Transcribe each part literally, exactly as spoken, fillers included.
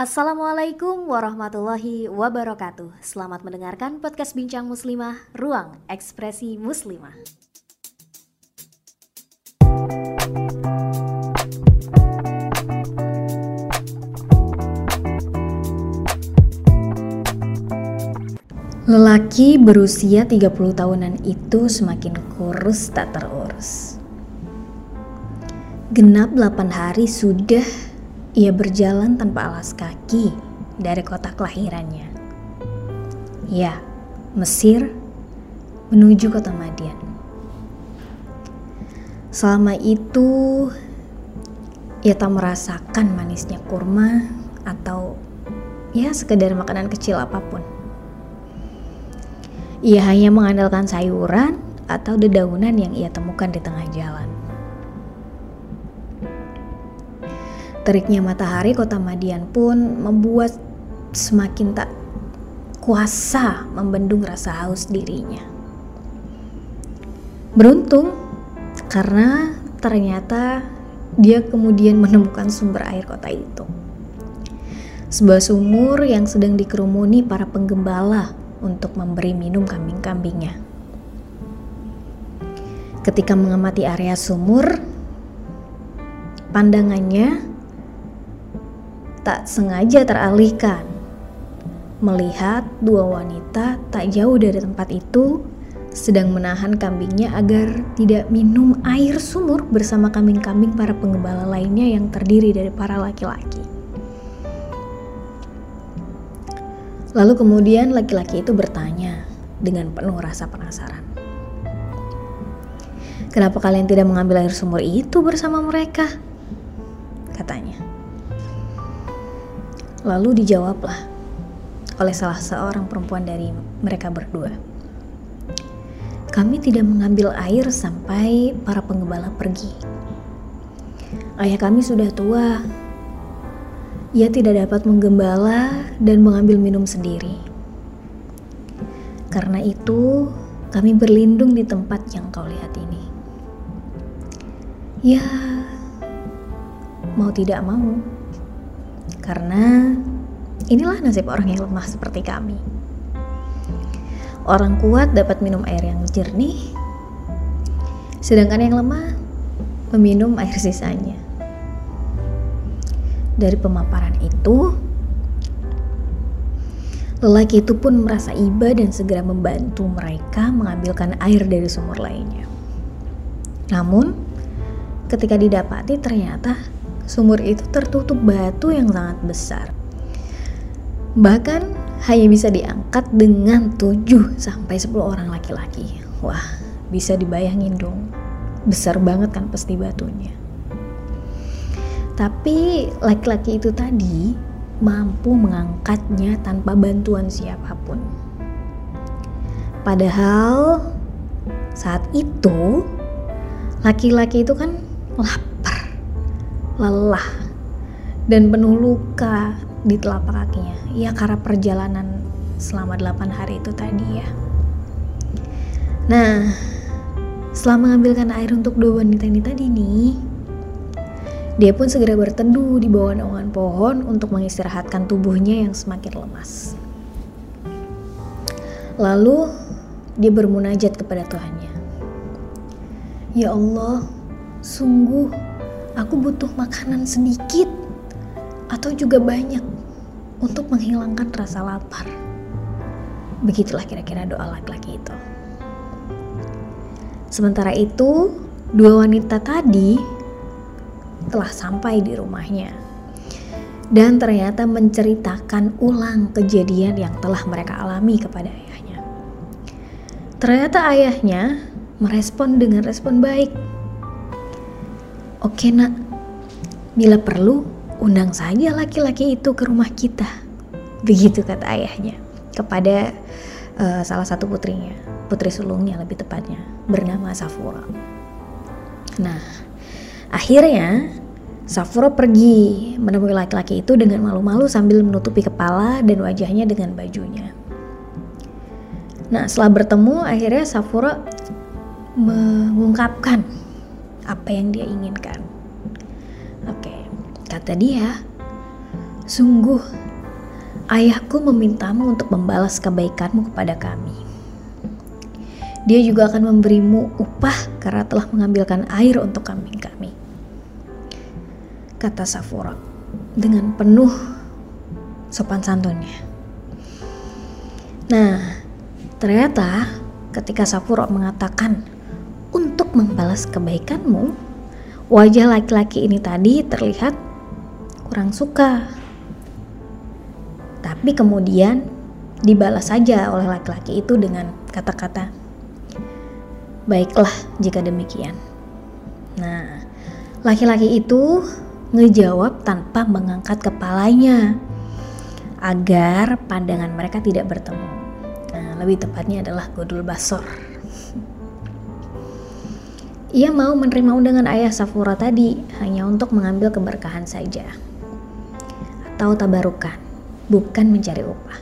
Assalamualaikum warahmatullahi wabarakatuh. Selamat mendengarkan podcast Bincang Muslimah, Ruang Ekspresi Muslimah. Lelaki berusia tiga puluh tahunan itu semakin kurus tak terurus. Genap delapan hari sudah ia berjalan tanpa alas kaki dari kota kelahirannya. Ya, Mesir menuju kota Madian. Selama itu ia tak merasakan manisnya kurma atau ya sekedar makanan kecil apapun. Ia hanya mengandalkan sayuran atau dedaunan yang ia temukan di tengah jalan. Teriknya matahari kota Madian pun membuat semakin tak kuasa membendung rasa haus dirinya. Beruntung karena ternyata dia kemudian menemukan sumber air kota itu. Sebuah sumur yang sedang dikerumuni para penggembala untuk memberi minum kambing-kambingnya. Ketika mengamati area sumur, pandangannya tak sengaja teralihkan melihat dua wanita tak jauh dari tempat itu sedang menahan kambingnya agar tidak minum air sumur bersama kambing-kambing para penggembala lainnya yang terdiri dari para laki-laki. Lalu kemudian laki-laki itu bertanya dengan penuh rasa penasaran, "Kenapa kalian tidak mengambil air sumur itu bersama mereka?" katanya. Lalu dijawablah oleh salah seorang perempuan dari mereka berdua, "Kami tidak mengambil air sampai para penggembala pergi. Ayah kami sudah tua. Ia tidak dapat menggembala dan mengambil minum sendiri. Karena itu, kami berlindung di tempat yang kau lihat ini." Ya, mau tidak mau, karena inilah nasib orang yang lemah seperti kami. Orang kuat dapat minum air yang jernih, sedangkan yang lemah meminum air sisanya. Dari pemaparan itu, lelaki itu pun merasa iba dan segera membantu mereka mengambilkan air dari sumur lainnya. Namun, ketika didapati ternyata sumur itu tertutup batu yang sangat besar. Bahkan hanya bisa diangkat dengan tujuh sampai sepuluh orang laki-laki. Wah, bisa dibayangin dong. Besar banget kan pasti batunya. Tapi laki-laki itu tadi mampu mengangkatnya tanpa bantuan siapapun. Padahal saat itu laki-laki itu kan lapar, lelah, dan penuh luka di telapak kakinya. Ya karena perjalanan selama delapan hari itu tadi ya. Nah, setelah mengambilkan air untuk dua wanita ini tadi nih, dia pun segera berteduh di bawah naungan pohon untuk mengistirahatkan tubuhnya yang semakin lemas. Lalu dia bermunajat kepada Tuhannya. "Ya Allah, sungguh aku butuh makanan sedikit atau juga banyak untuk menghilangkan rasa lapar." Begitulah kira-kira doa laki-laki itu. Sementara itu, dua wanita tadi telah sampai di rumahnya dan ternyata menceritakan ulang kejadian yang telah mereka alami kepada ayahnya. Ternyata ayahnya merespon dengan respon baik. "Oke nak, bila perlu undang saja laki-laki itu ke rumah kita." Begitu kata ayahnya kepada uh, salah satu putrinya, putri sulungnya lebih tepatnya, bernama Safura. Nah, akhirnya Safura pergi menemui laki-laki itu dengan malu-malu sambil menutupi kepala dan wajahnya dengan bajunya. Nah, setelah bertemu akhirnya Safura mengungkapkan apa yang dia inginkan. Oke, kata dia, Sungguh, ayahku memintamu untuk membalas kebaikanmu kepada kami. Dia juga akan memberimu upah karena telah mengambilkan air untuk kambing kami, kata Safura dengan penuh sopan santunnya. Nah, ternyata ketika Safura mengatakan untuk membalas kebaikanmu, wajah laki-laki ini tadi terlihat kurang suka. Tapi kemudian dibalas saja oleh laki-laki itu dengan kata-kata, baiklah jika demikian. Nah, laki-laki itu ngejawab tanpa mengangkat kepalanya agar pandangan mereka tidak bertemu. Nah, lebih tepatnya adalah godul basor. Ia mau menerima undangan ayah Safura tadi hanya untuk mengambil keberkahan saja atau tabarukan, bukan mencari upah.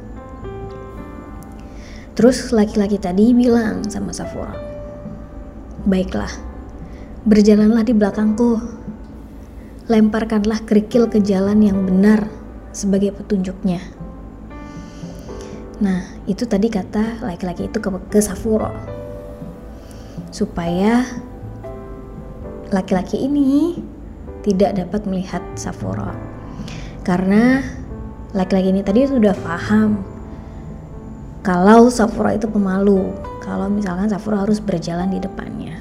Terus laki-laki tadi bilang sama Safura, baiklah, berjalanlah di belakangku, lemparkanlah kerikil ke jalan yang benar sebagai petunjuknya. Nah, itu tadi kata laki-laki itu ke, ke Safura, supaya laki-laki ini tidak dapat melihat Safura, karena laki-laki ini tadi sudah paham kalau Safura itu pemalu, kalau misalkan Safura harus berjalan di depannya.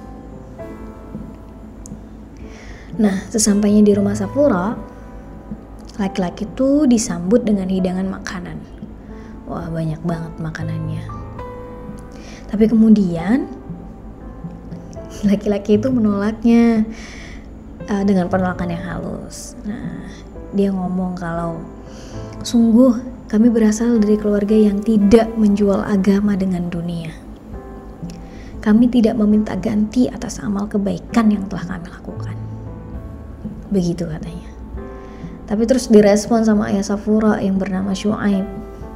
Nah, sesampainya di rumah Safura, laki-laki itu disambut dengan hidangan makanan. Wah, banyak banget makanannya. Tapi kemudian laki-laki itu menolaknya uh, dengan penolakan yang halus. Nah, dia ngomong kalau sungguh kami berasal dari keluarga yang tidak menjual agama dengan dunia. Kami tidak meminta ganti atas amal kebaikan yang telah kami lakukan. Begitu katanya. Tapi terus direspon sama ayah Safura yang bernama Syuaib.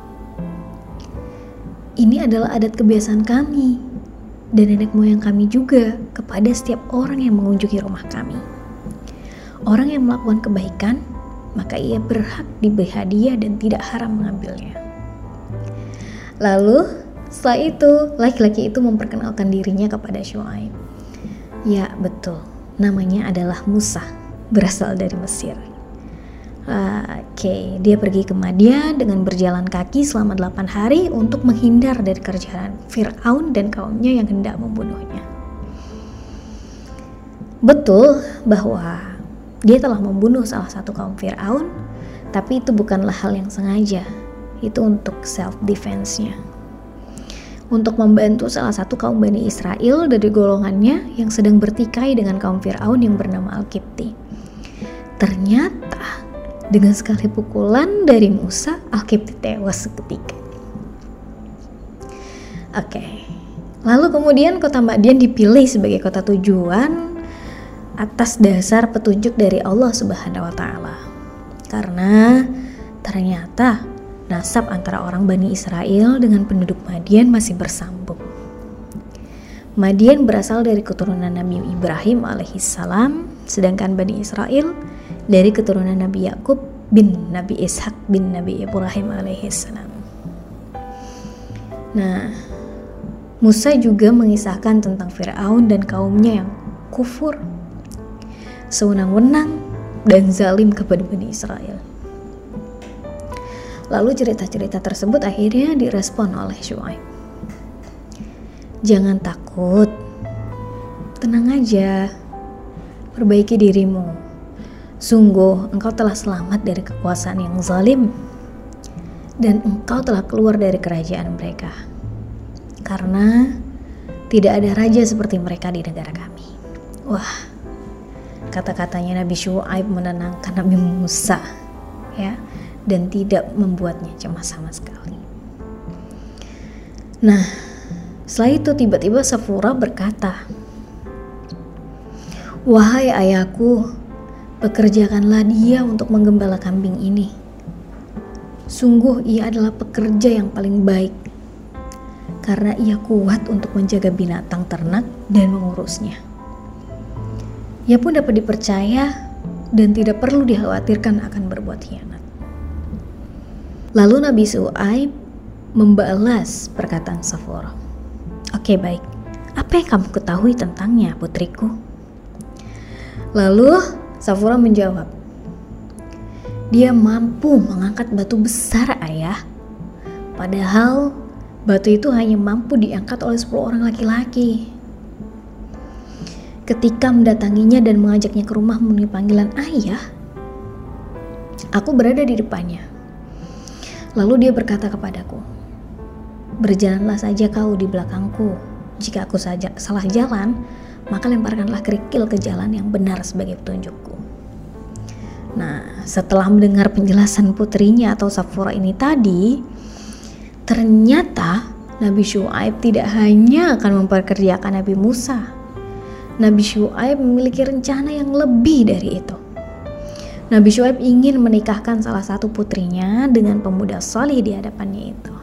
Ini adalah adat kebiasaan kami dan nenek moyang kami juga kepada setiap orang yang mengunjungi rumah kami. Orang yang melakukan kebaikan, maka ia berhak diberi hadiah dan tidak haram mengambilnya. Lalu setelah itu laki-laki itu memperkenalkan dirinya kepada Syuaib. Ya betul, namanya adalah Musa, berasal dari Mesir. Oke, okay. Dia pergi ke Madian dengan berjalan kaki selama delapan hari untuk menghindar dari kerjaan Fir'aun dan kaumnya yang hendak membunuhnya. Betul bahwa dia telah membunuh salah satu kaum Fir'aun, tapi itu bukanlah hal yang sengaja. Itu untuk self defense-nya. Untuk membantu salah satu kaum Bani Israel dari golongannya yang sedang bertikai dengan kaum Fir'aun yang bernama Al-Qibti. Ternyata dengan sekali pukulan dari Musa, Al-Qibti tewas seketika. Oke, okay. Lalu kemudian kota Madian dipilih sebagai kota tujuan atas dasar petunjuk dari Allah Subhanahu wa Ta'ala. Karena ternyata nasab antara orang Bani Israel dengan penduduk Madian masih bersambung. Madian berasal dari keturunan Nabi Ibrahim alaihissalam, sedangkan Bani Israel dari keturunan Nabi Yakub bin Nabi Ishak bin Nabi Ibrahim alaihissalam. Nah, Musa juga mengisahkan tentang Fir'aun dan kaumnya yang kufur, sewenang-wenang dan zalim kepada Bani Israel. Lalu cerita-cerita tersebut akhirnya direspon oleh Syuaib. Jangan takut, tenang aja, perbaiki dirimu. Sungguh engkau telah selamat dari kekuasaan yang zalim dan engkau telah keluar dari kerajaan mereka, karena tidak ada raja seperti mereka di negara kami. Wah, kata-katanya Nabi Syuaib menenangkan Nabi Musa, ya, dan tidak membuatnya cemas sama sekali. Nah, setelah itu tiba-tiba Safura berkata, wahai ayahku, pekerjakanlah dia untuk menggembala kambing ini. Sungguh ia adalah pekerja yang paling baik, karena ia kuat untuk menjaga binatang ternak dan mengurusnya. Ia pun dapat dipercaya dan tidak perlu dikhawatirkan akan berbuat khianat. Lalu Nabi Syuaib membalas perkataan Safura. Oke, baik. Apa yang kamu ketahui tentangnya, putriku? Lalu Safura menjawab, dia mampu mengangkat batu besar, ayah. Padahal batu itu hanya mampu diangkat oleh sepuluh orang laki-laki. Ketika mendatanginya dan mengajaknya ke rumah memenuhi panggilan ayah, aku berada di depannya. Lalu dia berkata kepadaku, berjalanlah saja kau di belakangku. Jika aku saja salah jalan, maka lemparkanlah kerikil ke jalan yang benar sebagai petunjukku. Nah, setelah mendengar penjelasan putrinya atau Safura ini tadi, ternyata Nabi Syuaib tidak hanya akan memperkerjakan Nabi Musa. Nabi Syuaib memiliki rencana yang lebih dari itu. Nabi Syuaib ingin menikahkan salah satu putrinya dengan pemuda salih di hadapannya itu.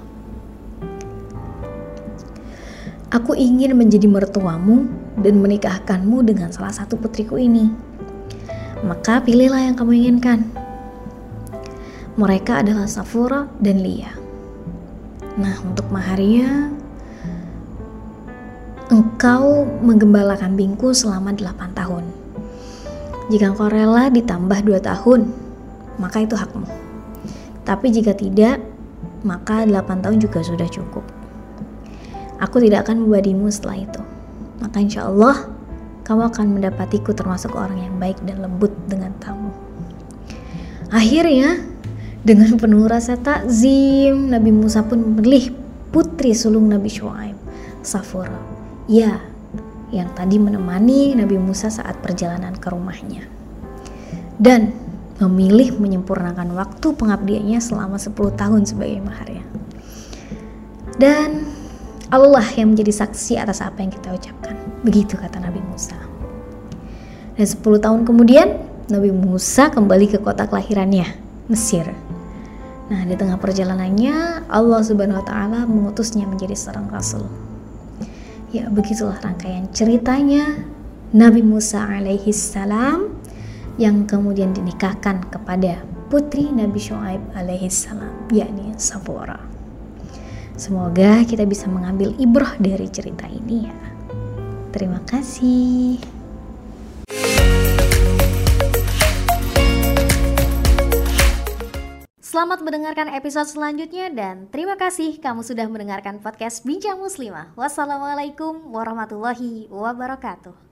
Aku ingin menjadi mertuamu dan menikahkanmu dengan salah satu putriku ini. Maka pilihlah yang kamu inginkan. Mereka adalah Safura dan Lia. Nah, untuk maharnya, engkau menggembala kambingku selama delapan tahun. Jika engkau rela ditambah dua tahun, maka itu hakmu. Tapi jika tidak, maka delapan tahun juga sudah cukup. Aku tidak akan membadimu setelah itu. Maka insya Allah, kamu akan mendapatiku termasuk orang yang baik dan lembut dengan tamu. Akhirnya, dengan penuh rasa takzim, Nabi Musa pun memilih putri sulung Nabi Syuaib, Safura. Ya, yang tadi menemani Nabi Musa saat perjalanan ke rumahnya. Dan memilih menyempurnakan waktu pengabdiannya selama sepuluh tahun sebagai maharnya. Dan Allah yang menjadi saksi atas apa yang kita ucapkan. Begitu kata Nabi Musa. Dan sepuluh tahun kemudian Nabi Musa kembali ke kota kelahirannya, Mesir. Nah, di tengah perjalanannya Allah Subhanahu wa taala mengutusnya menjadi seorang rasul. Ya, begitulah rangkaian ceritanya Nabi Musa alaihi salam yang kemudian dinikahkan kepada putri Nabi Syuaib alaihi salam, yakni Safura. Semoga kita bisa mengambil ibrah dari cerita ini ya. Terima kasih. Selamat mendengarkan episode selanjutnya dan terima kasih kamu sudah mendengarkan podcast Bincang Muslimah. Wassalamualaikum warahmatullahi wabarakatuh.